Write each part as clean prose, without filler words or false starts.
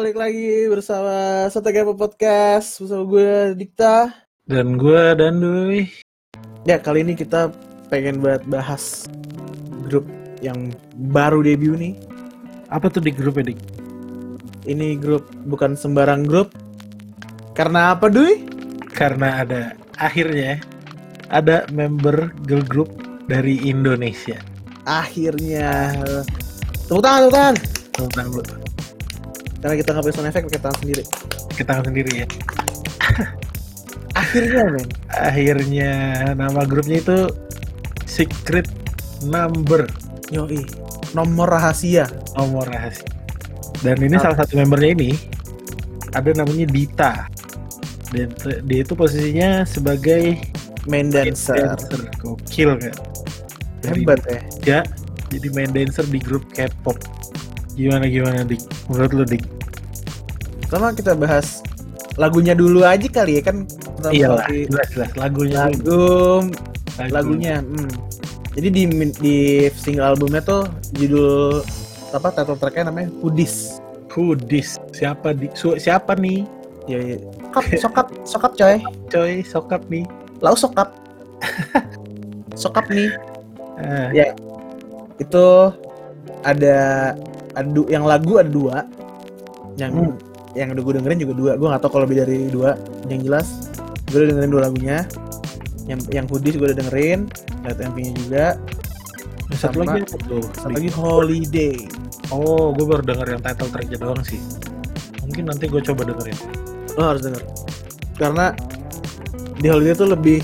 balik lagi bersama Sotagapa Podcast bersama gue Dikta dan gue Danduy. Ya, kali ini kita pengen bahas grup yang baru debut nih. Apa tuh di grupnya, Dik? Ini grup bukan sembarang grup. Karena apa, Duy? Karena akhirnya ada member girl group dari Indonesia. Akhirnya. Tepuk tangan. Tentang lu. Karena kita nggak pakai sound effect, pakai tangan sendiri. Kita tangan sendiri ya. Akhirnya, men. Akhirnya nama grupnya itu Secret Number. Yoi. Nomor rahasia. Nomor rahasia. Dan ini salah satu membernya ini ada namanya Dita. Dan dia itu posisinya sebagai main dancer. Gokil kan. Hebat ya. Ya, jadi main dancer di grup K-pop. Gimana Dik? Menurut lu, Dik? Pertama kita bahas lagunya dulu aja kali ya kan. Iya, jelas lagunya. Lagunya. Jadi di single albumnya tuh judul apa, title tracknya namanya Hoodies. Siapa nih? Ya. Sokap coy. Sokap nih. Lau sokap. Sokap nih. Ya. Itu ada yang lagu ada dua. Yang udah gue dengerin juga dua. Gue nggak tahu kalau lebih dari dua. Yang jelas gue udah dengerin dua lagunya. Yang Hoodies gue udah dengerin. Lihat MP-nya juga. Satu lagi Holiday. Oh, gue baru denger yang title tracknya doang sih. Mungkin nanti gue coba dengerin. Lo harus denger. Karena di Holiday tuh lebih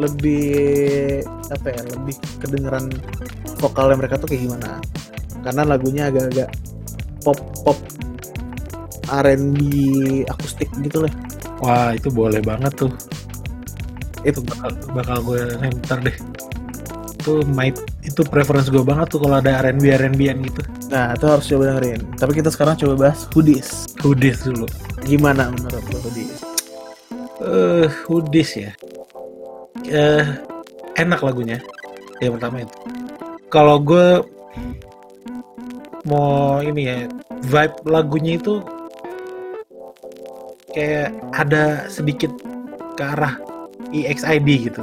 apa ya? Lebih kedengeran vokalnya mereka tuh kayak gimana. Karena lagunya agak-agak pop R&B akustik gitu lah. Wah, itu boleh banget tuh. Itu bakal gue ntar deh. Itu preference gue banget tuh kalau ada R&B-an gitu. Nah, itu harus coba dengerin. Tapi kita sekarang coba bahas Hoodies dulu. Gimana menurut lo Hoodies? Hoodies ya. Enak lagunya. Yang pertama itu. Kalau gue mau ini ya, vibe lagunya itu kayak ada sedikit ke arah EXID gitu.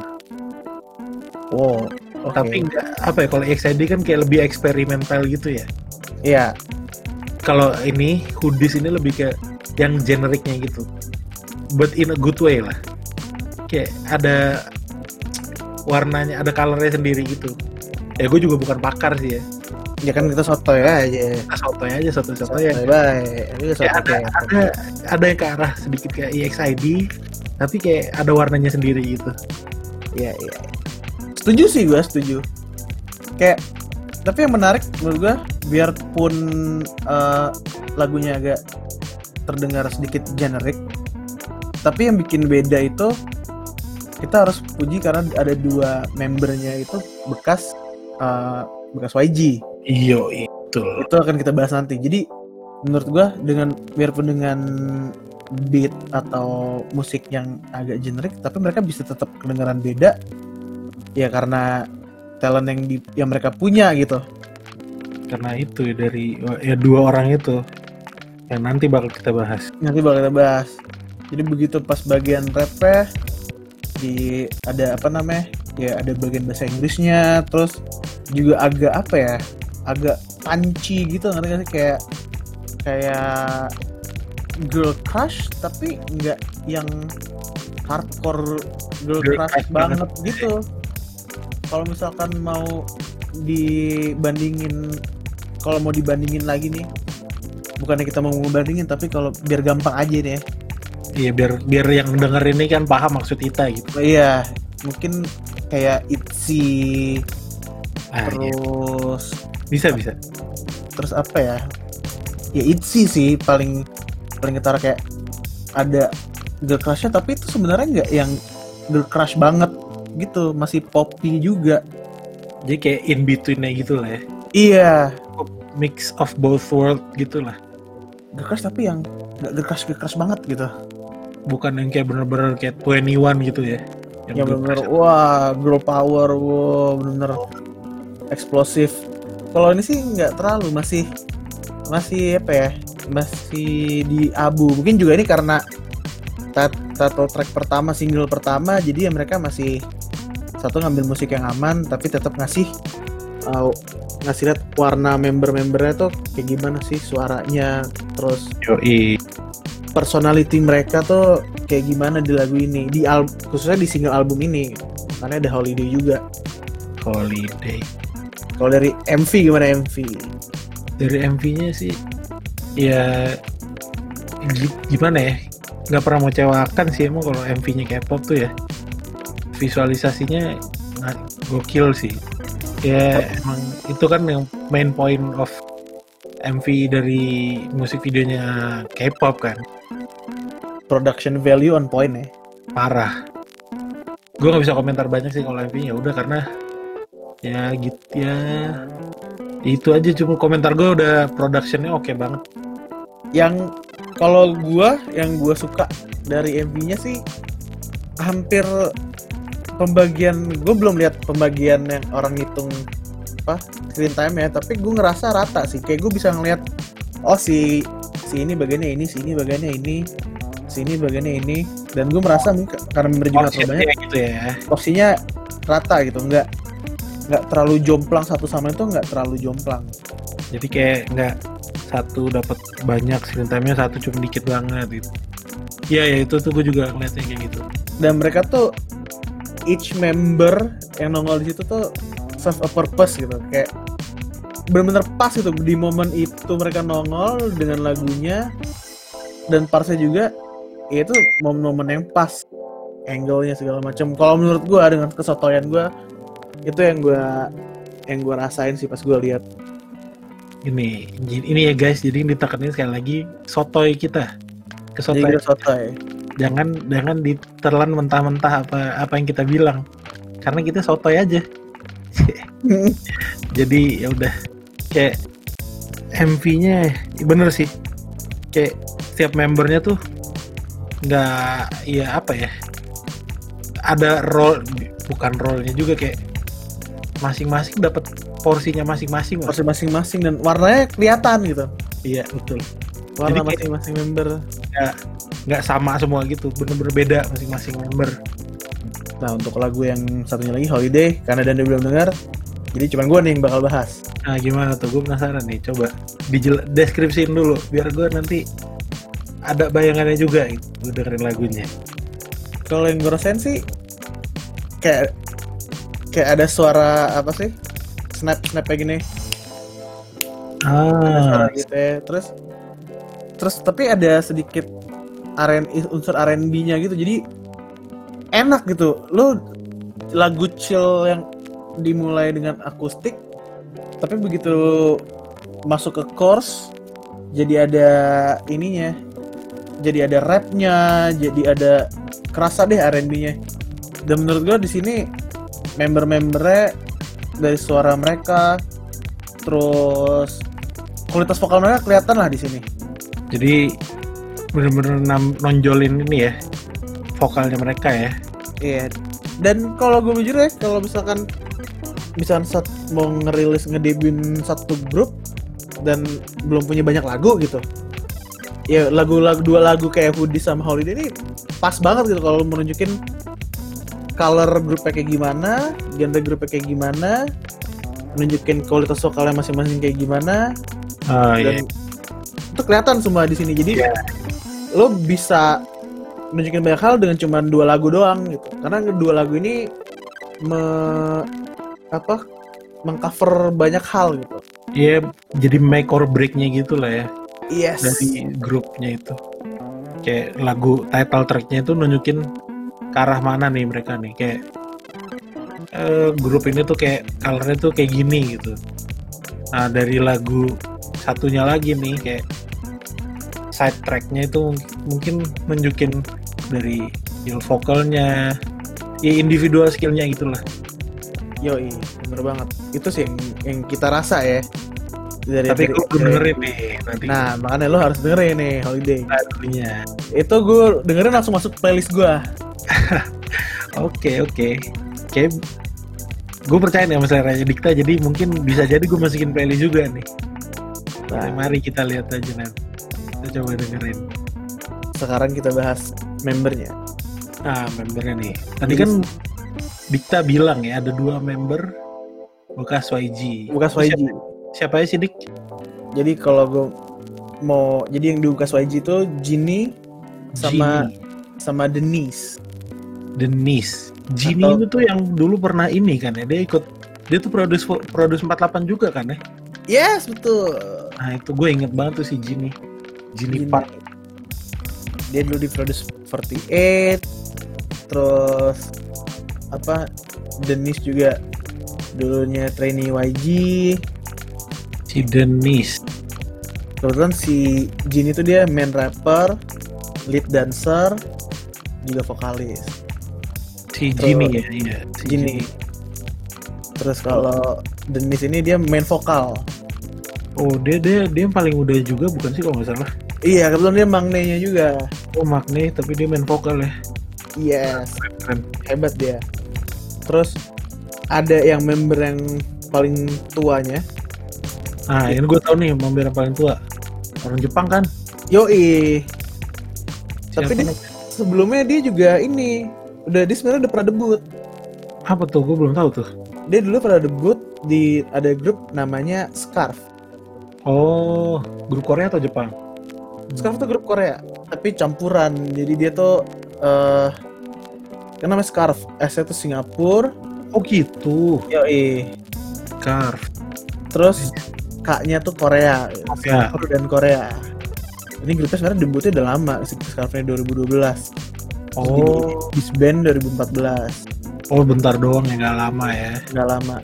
Wow. Okay. Tapi enggak apa ya, kalau EXID kan kayak lebih eksperimental gitu ya. Iya. Kalau ini Hoodies ini lebih ke yang generiknya gitu. But in a good way lah. Kayak ada warnanya, ada colornya sendiri gitu. Ya gue juga bukan pakar sih ya. Ya kan kita sotoy aja. Sotoy aja. Baik. Ada yang ke arah sedikit kayak EXID, tapi kayak ada warnanya sendiri gitu. Iya. Setuju sih gue. Kayak, tapi yang menarik menurut gue, biarpun lagunya agak terdengar sedikit generik, tapi yang bikin beda itu kita harus puji karena ada dua membernya itu bekas YG. Iyo, itu akan kita bahas nanti. Jadi menurut gue biarpun dengan beat atau musik yang agak generik, tapi mereka bisa tetap kedengaran beda. Ya karena talent yang mereka punya gitu. Karena itu dari dua orang itu yang nanti bakal kita bahas. Jadi begitu pas bagian rapnya ada apa namanya? Ya ada bagian bahasa Inggrisnya, terus juga agak punchy gitu, ngerti gak sih, kayak girl crush tapi nggak yang hardcore girl crush banget gitu. Kalau misalkan mau dibandingin lagi nih, bukannya kita mau ngebandingin, tapi kalau biar gampang aja nih ya. Iya, biar yang denger ini kan paham maksud kita gitu. Iya, mungkin kayak ITZY, terus bisa. Terus apa ya? Ya ITZY sih paling ketara, kayak ada girl crush-nya tapi itu sebenarnya nggak yang girl crush banget gitu, masih poppy juga. Jadi kayak in between-nya gitu lah ya. Iya. Mix of both world gitu lah. Girl crush tapi yang nggak girl crush banget gitu. Bukan yang kayak bener-bener kayak 21 gitu ya. Yang bener-bener wah girl power, wah bener-bener eksplosif. Kalau ini sih nggak terlalu, masih apa ya, masih di abu. Mungkin juga ini karena title track pertama, single pertama, jadi ya mereka masih satu ngambil musik yang aman tapi tetap ngasih lihat warna member-membernya tuh kayak gimana sih suaranya, terus personality mereka tuh kayak gimana di lagu ini, khususnya di single album ini, karena ada Holiday juga. Holiday. Kalau dari MV gimana MV? Dari MV-nya sih ya gimana ya, nggak pernah mengecewakan sih emang kalau MV-nya K-pop tuh ya. Visualisasinya gokil sih ya, emang itu kan yang main point of MV dari musik videonya K-pop kan. Production value on point ya, parah. Gue nggak bisa komentar banyak sih kalau MV-nya, udah karena ya gitu ya, itu aja. Cuma komentar gue udah productionnya oke banget. Yang kalau yang gue suka dari MV-nya sih hampir pembagian, gue belum lihat pembagian yang orang ngitung screen time ya, tapi gue ngerasa rata sih. Kayak gue bisa ngeliat si ini bagiannya ini, si ini bagiannya ini, si ini bagiannya ini, dan gue merasa karena member juga terlalu banyak gitu ya, porsinya rata gitu, nggak terlalu jomplang satu sama itu, nggak terlalu jomplang. Jadi kayak nggak satu dapat banyak screen time-nya, satu cuma dikit banget gitu. Ya itu tuh gue juga ngeliatnya kayak gitu. Dan mereka tuh each member yang nongol di situ tuh serve a purpose gitu, kayak benar-benar pas gitu di momen itu mereka nongol dengan lagunya, dan partsnya juga ya itu momen-momen yang pas, angle-nya segala macam. Kalau menurut gue dengan kesotoyan gue, itu yang gue rasain sih pas gue lihat. Ini ya guys, jadi ditekenin sekali lagi, sotoy kita. Kesotoy. Sotoy. Jangan ditelan mentah-mentah apa yang kita bilang, karena kita sotoy aja. Jadi ya udah, kayak MV-nya bener sih, kayak setiap membernya tuh nggak, ya apa ya, ada bukan role-nya juga, kayak masing-masing dapat porsinya masing-masing dan warnanya kelihatan gitu. Iya betul, warna masing-masing member nggak sama semua gitu, bener-bener beda masing-masing member. Nah untuk lagu yang satunya lagi Holiday, karena Dan belum dengar, jadi cuman gue nih yang bakal bahas. Nah gimana tuh, gue penasaran nih, coba deskripsiin dulu biar gue nanti ada bayangannya juga gitu, gue dengerin lagunya. Kalau yang gue rasain sih kayak ada suara apa sih, snap kayak gini, ada suara gitu ya, terus tapi ada sedikit unsur R&B-nya gitu, jadi enak gitu. Lo lagu chill yang dimulai dengan akustik, tapi begitu masuk ke chorus jadi ada ininya, jadi ada rapnya, jadi ada kerasa deh R&B-nya. Dan menurut gue di sini member-membernya dari suara mereka, terus kualitas vokal mereka kelihatan lah di sini. Jadi bener-bener nonjolin ini ya, vokalnya mereka ya. Iya. Dan kalau gue jujur ya, kalau misalkan mau ngedebut satu grup dan belum punya banyak lagu gitu, ya dua lagu kayak Hoodie sama Holiday ini pas banget gitu kalau menunjukin color grupnya kayak gimana, genre grupnya kayak gimana, menunjukin kualitas vokalnya masing-masing kayak gimana. Dan itu kelihatan semua di sini. Jadi lo bisa menunjukin banyak hal dengan cuma 2 lagu doang gitu. Karena 2 lagu ini mengcover banyak hal gitu. Iya, jadi make or break-nya gitu lah ya. Yes. Dari grupnya itu. Kayak lagu title track-nya itu nunjukin ke arah mana nih mereka nih, kayak grup ini tuh kayak color-nya tuh kayak gini gitu. Nah dari lagu satunya lagi nih, kayak side track-nya itu mungkin nunjukin dari skill vokalnya, ya individual skill-nya gitulah. Yoi, bener banget. Itu sih yang kita rasa ya. Tapi gue dengerin nih nanti. Nah makanya lo harus dengerin nih Holiday. Lagunya. Itu gue dengerin langsung masuk playlist gue. Oke. Kayak gue percaya nih sama seleranya Dikta, jadi mungkin bisa jadi gue masukin playlist juga nih. Nah, mari kita lihat aja nanti. Kita coba dengerin. Sekarang kita bahas membernya. Membernya nih. Tadi kan Dikta bilang ya ada 2 member bekas YG. Bekas YG. Siapa aja sih, Dik? Jadi kalau gue mau, jadi yang di bekas YG itu Jinny sama Denise. Jinny itu tuh yang dulu pernah ini kan ya, dia tuh produce 48 juga kan ya? Yes, betul. Nah itu gue inget banget tuh si Jinny Park. Dia dulu di produce 48. Terus Denise juga dulunya trainee YG. Si Denise. Kebetulan si Jinny itu dia main rapper, lead dancer, juga vokalis. Si Jinny ya, iya. Si Jinny. Terus kalau Denise ini dia main vokal. Oh dia yang paling muda juga bukan sih kalau nggak salah? Iya, kebetulan dia magnenya juga. Oh magne, tapi dia main vokal ya. Yes, Keren. hebat dia. Terus ada yang member yang paling tuanya. Ini gue tahu nih member yang paling tua. Orang Jepang kan? Yoi. Siapa Tapi dia, nih? sebelumnya dia juga ini dia sebenarnya udah pernah debut. Apa tuh? Gue belum tahu tuh. Dia dulu pernah debut di ada grup namanya Scarf. Oh, grup Korea atau Jepang? Scarf tuh grup Korea, tapi campuran. Jadi dia tuh kan namanya Scarf. S-nya tuh Singapura. Oh gitu. Yoi. Scarf. Terus K-nya tuh Korea. Singapura dan Korea. Ini grupnya sebenarnya debutnya udah lama. Scarf-nya 2012. Oh. Disband 2014. Oh bentar doang ya, nggak lama ya. Nggak lama.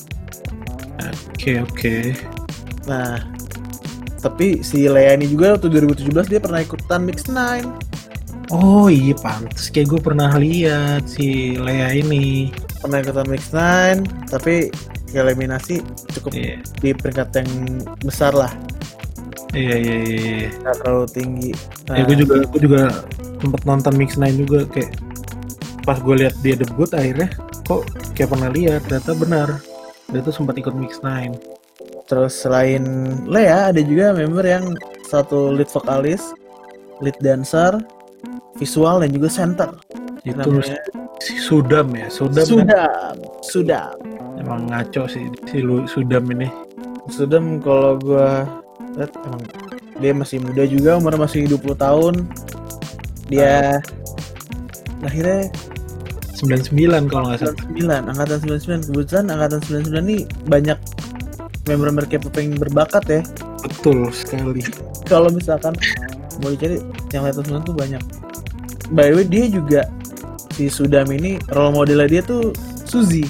Oke. Nah, tapi si Lea ini juga waktu 2017 dia pernah ikutan Mix 9. Oh iya pantes, kayak gue pernah lihat si Lea ini. Pernah ikutan Mix 9, tapi eliminasi cukup di peringkat yang besar lah. Iya. Nggak terlalu tinggi. Nah, gue juga sempat nonton Mix 9 juga, kayak pas gue lihat dia debut akhirnya kok kayak pernah lihat, ternyata benar dia tuh sempat ikut Mix 9. Terus selain Lea ada juga member yang satu lead vokalis, lead dancer, visual dan juga center. Itu namanya si Sudam ya. Sudam. Emang ngaco sih si Sudam ini. Sudam kalau gue lihat emang dia masih muda juga, umur masih 20 tahun. Dia lahirnya 99 kalau nggak salah. 99, angkatan 99. Kebetulan angkatan 99 nih banyak member-member K-pop yang berbakat ya. Betul sekali. Kalau misalkan mau dicari yang angkatan 99 tuh banyak. By the way dia juga, si Sudam ini role modelnya dia tuh Suzy.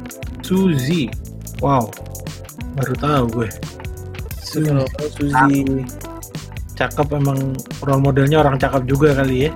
Wow, baru tahu gue. Suzy. Cakep, emang role modelnya orang cakep juga kali ya.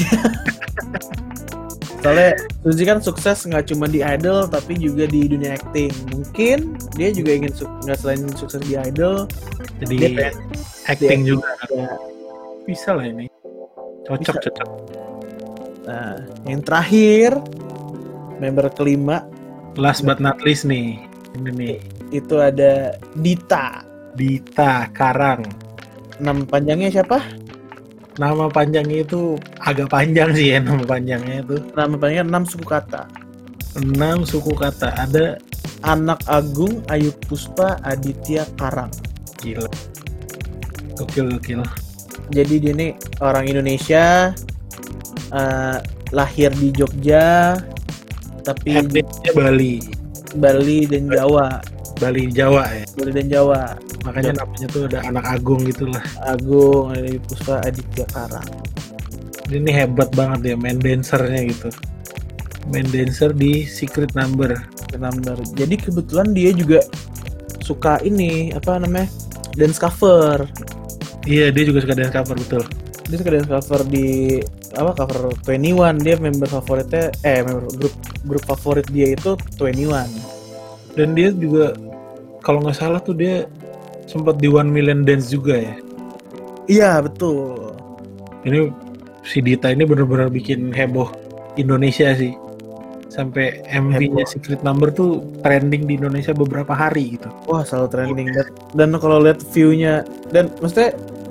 Soalnya Suzy kan sukses nggak cuma di idol tapi juga di dunia acting. Mungkin dia juga ingin nggak selain sukses di idol, jadi dia acting juga. ya. Bisa lah ini. Cocok. Nah, yang terakhir member kelima, Last but not least nih, ini nih. Itu ada Dita Karang. Nama panjangnya siapa? Nama panjangnya itu agak panjang sih ya, nama panjangnya itu. Nama panjangnya 6 suku kata. 6 suku kata. Ada Anak Agung Ayu Puspa Aditya Karang. Gila. Gokil. Jadi dia nih orang Indonesia, lahir di Jogja, tapi etnisnya Bali dan Jawa. Bali Jawa ya. Bali dan Jawa. Makanya namanya tuh ada Anak Agung gitulah. Agung Ayu Puspa Aditya Karang. Ini hebat banget ya main dancernya gitu. Main dancer di Secret Number. Jadi kebetulan dia juga suka ini dance cover. Iya, dia juga suka dance cover, betul. Dia suka dance cover di cover 21. Dia member favoritnya grup favorit dia itu 21. Dan dia juga kalau nggak salah tuh dia sempat di 1 Million Dance juga ya. Iya, betul. Ini si Dita ini benar-benar bikin heboh Indonesia sih. Sampai MV-nya Secret Number tuh trending di Indonesia beberapa hari gitu. Wah, selalu trending. Dan kalau lihat view-nya, dan maksudnya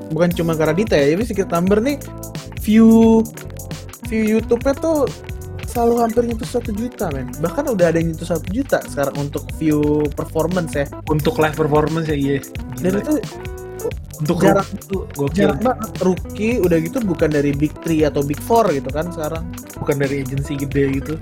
bukan cuma karena Dita ya, tapi Secret Number nih view YouTube-nya tuh selalu hampir nyentuh 1 juta men. Bahkan udah ada yang nyentuh 1 juta sekarang untuk view performance ya. Untuk live performance ya, iya. Dan itu untuk jarang, itu gokil. jarang banget. Rookie udah gitu bukan dari Big 3 atau Big 4 gitu kan sekarang. Bukan dari agensi gede gitu.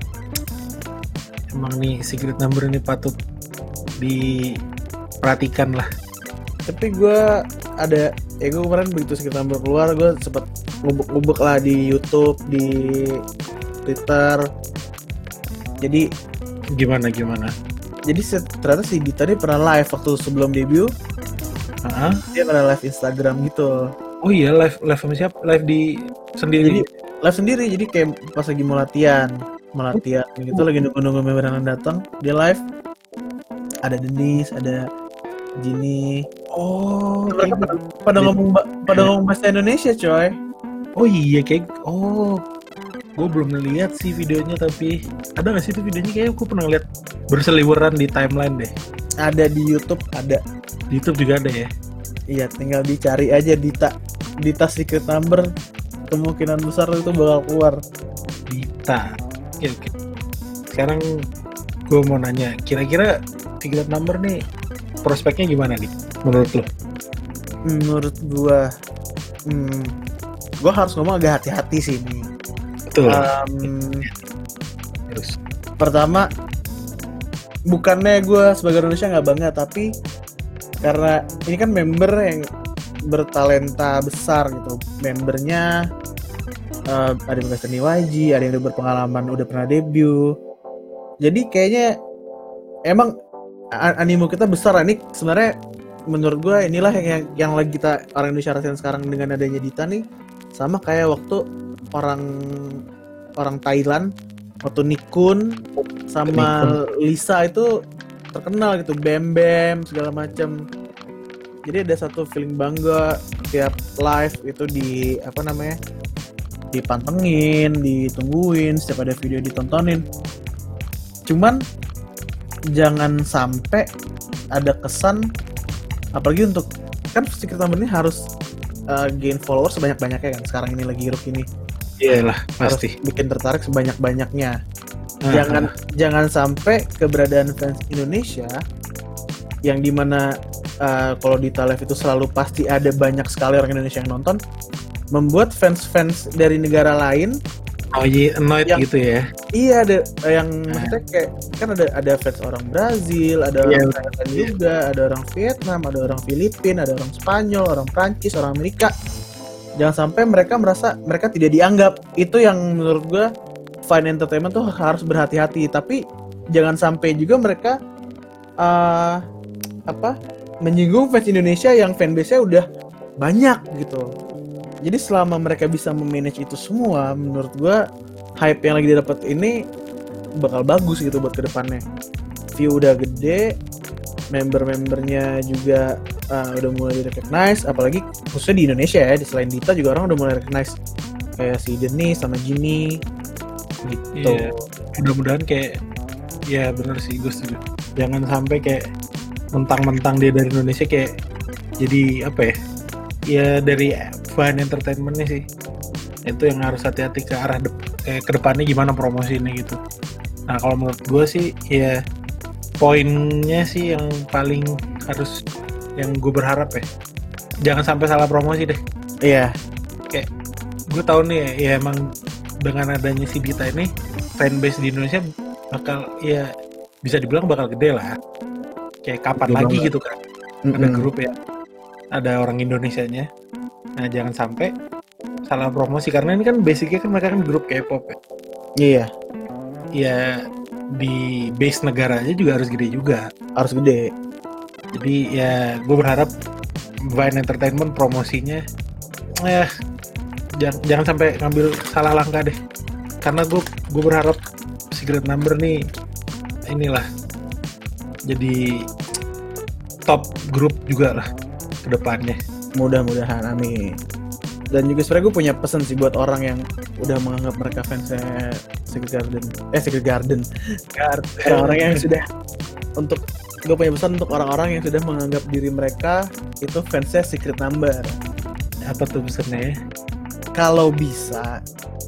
Emang nih Secret Number ini patut diperhatikan lah. Tapi gue kemarin begitu Secret Number keluar, gue sempet ngubek lah di YouTube, di Twitter. Jadi Gimana? Jadi ternyata si Dita ini pernah live waktu sebelum debut. Dia pernah live Instagram gitu. Oh iya, live sama siapa? Live di sendiri. Jadi live sendiri, jadi kayak pas lagi mau latihan gitu, lagi nunggu member yang datang, dia live. Ada Denis, ada Gini. Oh, Mereka pada ngomong bahasa Indonesia, coy. Oh iya, gue belum lihat sih videonya, tapi ada nggak sih itu videonya? Kayaknya gue pernah lihat berseliweran di timeline deh. Ada di YouTube, ada. Di YouTube juga ada ya? Iya, tinggal dicari aja Dita Secret Number, kemungkinan besar itu bakal keluar. Dita. Oke. Sekarang gue mau nanya, kira-kira Secret Number nih prospeknya gimana nih menurut lo? Menurut gue harus ngomong agak hati-hati sih ini. Betul. Terus. Pertama, bukannya gue sebagai Indonesia nggak bangga, tapi karena ini kan member yang bertalenta besar gitu. Membernya ada yang bekas YG, ada yang udah berpengalaman, udah pernah debut. Jadi kayaknya emang animo kita besar. Ini sebenarnya menurut gue inilah yang lagi kita orang Indonesia rasain sekarang dengan adanya Dita nih. Sama kayak waktu orang Thailand, waktu Nikun sama Lisa itu terkenal gitu, Bam segala macam. Jadi ada satu feeling bangga tiap live itu dipantengin, ditungguin, setiap ada video ditontonin. Cuman jangan sampai ada kesan, apalagi untuk kan Secret Number ini harus gain followers sebanyak-banyaknya kan, sekarang ini lagi hiruk ini. Iyalah, pasti. Harus bikin tertarik sebanyak-banyaknya. Jangan sampai keberadaan fans Indonesia yang dimana kalau di Live itu selalu pasti ada banyak sekali orang Indonesia yang nonton, membuat fans dari negara lain annoyed gitu ya. Iya, ada yang maksudnya kayak kan ada fans orang Brazil, ada orang Thailand juga, ada orang Vietnam, ada orang Filipina, ada orang Spanyol, orang Prancis, orang Amerika. Jangan sampai mereka merasa mereka tidak dianggap. Itu yang menurut gue Fine Entertainment tuh harus berhati-hati. Tapi jangan sampai juga mereka menyinggung fans Indonesia yang fanbase-nya udah banyak gitu. Jadi selama mereka bisa memanage itu semua, menurut gue hype yang lagi didapat ini bakal bagus gitu buat kedepannya. View udah gede, member-membernya juga udah mulai di-recognize, apalagi khususnya di Indonesia ya, selain Dita juga orang udah mulai recognize kayak si Denis sama Jimmy gitu. Iya. Mudah-mudahan kayak ya benar sih, gue setuju. Jangan sampai kayak mentang-mentang dia dari Indonesia kayak jadi apa ya? Ya dari Fine Entertainment-nya sih. Itu yang harus hati-hati ke arah ke depannya gimana promosi ini gitu. Nah, kalau menurut gue sih ya poinnya sih yang paling harus, yang gue berharap ya, jangan sampai salah promosi deh. Iya. Kayak gue tahu nih ya emang dengan adanya si Dita ini fanbase di Indonesia bakal ya bisa dibilang bakal gede lah. Kayak kapan Gede lagi banget. gitu kan. Ada grup ya, ada orang Indonesianya. Nah, jangan sampai salah promosi karena ini kan basicnya kan mereka kan grup K-pop ya. Iya. Ya di base negaranya juga harus gede juga. Harus gede. Jadi ya gue berharap Vine Entertainment promosinya jangan sampai ngambil salah langkah deh. Karena gue berharap Secret Number nih inilah jadi top grup juga lah ke depannya. Mudah-mudahan, amin. Dan juga sebenarnya gue punya pesan sih buat orang yang udah menganggap mereka fansnya Secret Garden. Orang-orang yang sudah, untuk gue punya pesan untuk orang-orang yang sudah menganggap diri mereka itu fansnya Secret Number. Apa tuh pesannya? Kalau bisa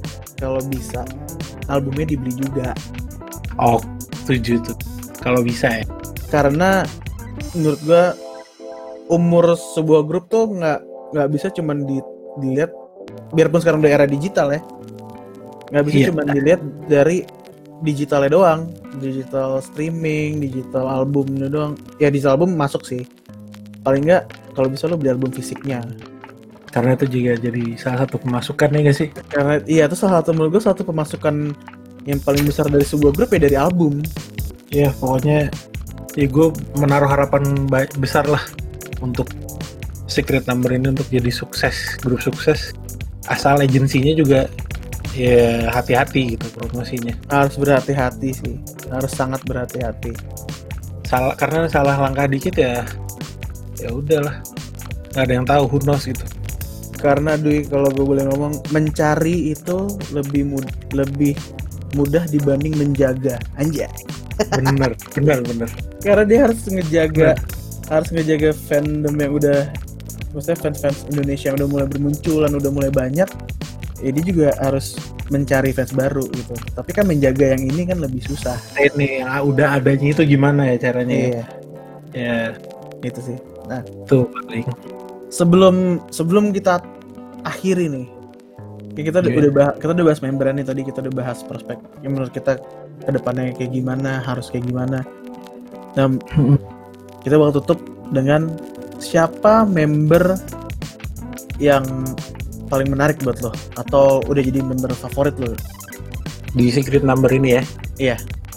albumnya dibeli juga. Oh, setuju tuh. Kalau bisa ya. Karena menurut gua umur sebuah grup tuh nggak bisa cuman dilihat, biarpun sekarang udah era digital ya, nggak bisa cuman dilihat dari digitalnya doang, digital streaming, digital albumnya doang. Ya digital album masuk sih, paling nggak kalau bisa lo beli album fisiknya. Karena itu juga jadi salah satu pemasukan ya nggak sih? Karena iya itu salah satu, menurut gue salah satu pemasukan yang paling besar dari sebuah grup ya, dari album. Ya pokoknya ya gue menaruh harapan besar lah untuk Secret Number ini untuk jadi sukses, grup sukses. Asal agensinya juga ya hati-hati gitu promosinya. Harus berhati-hati sih, harus sangat berhati-hati. Karena salah langkah dikit ya udahlah, nggak ada yang tahu, who knows gitu. Karena Dwi, kalau gue boleh ngomong, mencari itu lebih mudah dibanding menjaga. Anjay. Bener. Karena dia harus ngejaga fandom yang udah, maksudnya fans Indonesia yang udah mulai bermunculan, udah mulai banyak. Ya dia juga harus mencari fans baru gitu. Tapi kan menjaga yang ini kan lebih susah. Ini yang udah adanya itu gimana ya caranya? Iya. Ya Itu sih. Nah, tuh paling. Sebelum kita akhiri nih, kita udah bahas member nih tadi, kita udah bahas prospek yang menurut kita kedepannya kayak gimana, harus kayak gimana. Nah, kita bakal tutup dengan siapa member yang paling menarik buat lo, atau udah jadi member favorit lo di Secret Number ini ya? Iya.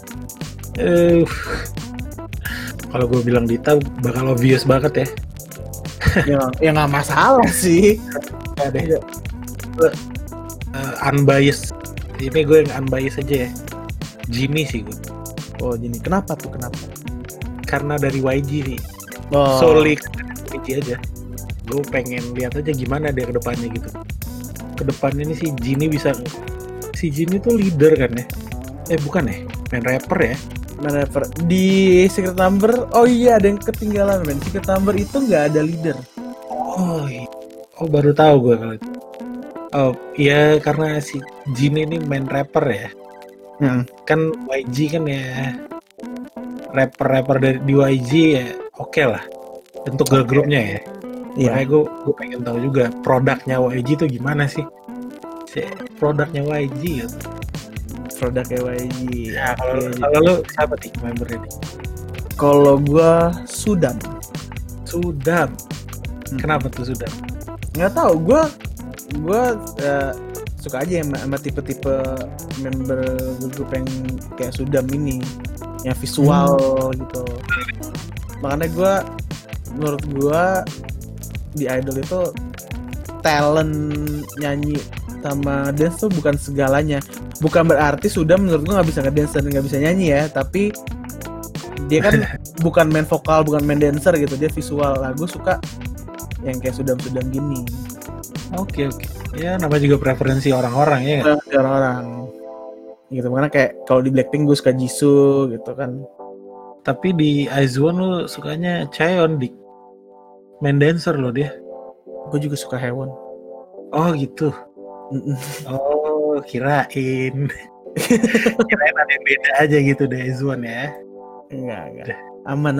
Kalau gue bilang Dita bakal obvious banget ya. Ya nggak masalah sih. Ada. Unbiased. Ini gue yang unbiased aja ya. Jimmy sih gue. Oh Jimmy, kenapa tuh? Kenapa? Karena dari YG sih. Oh. Solely YG aja. Gue pengen lihat aja gimana dia ke depannya gitu. Kedepannya ini si Jimmy bisa. Si Jimmy tuh leader kan ya? Bukan ya? Main rapper ya? Di Secret Number, oh iya ada yang ketinggalan men. Secret Number itu nggak ada leader. Oh baru tahu gue kalau itu. Oh iya, karena si Jin ini main rapper ya. Kan YG kan ya rapper di YG ya oke lah untuk girl grupnya ya. Makanya gue pengen tahu juga produknya YG itu gimana sih. Produknya YG ya. Produknya YG. Nah, kalau lu siapa nih member ini? Kalau gue Sudam. Kenapa tuh Sudam? Nggak tahu, gue suka aja sama tipe-tipe member grup yang kayak Sudam ini, yang visual gitu. Makanya menurut gue di idol itu talent nyanyi sama dance tuh bukan segalanya. Bukan berarti sudah menurut gue nggak bisa ngedance dan nggak bisa nyanyi ya, tapi dia kan bukan main vokal, bukan main dancer gitu, dia visual. Nah, gue suka yang kayak Sudam gini. Oke. Ya namanya juga preferensi orang-orang ya. Preferensi orang-orang. Gitu, makanya kayak kalau di Blackpink gue suka Jisoo gitu kan. Tapi di IZ*ONE lu sukanya Chaeyoung, Dik. Main dancer loh dia. Gue juga suka Haewon. Oh gitu. Oh kirain ada yang beda aja gitu deh IZ*ONE ya. Enggak. Aman.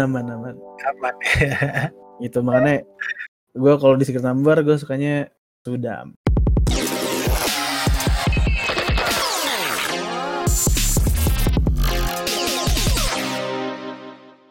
Ya. Gitu, makanya gue kalau di Secret Number gue sukanya Sudam.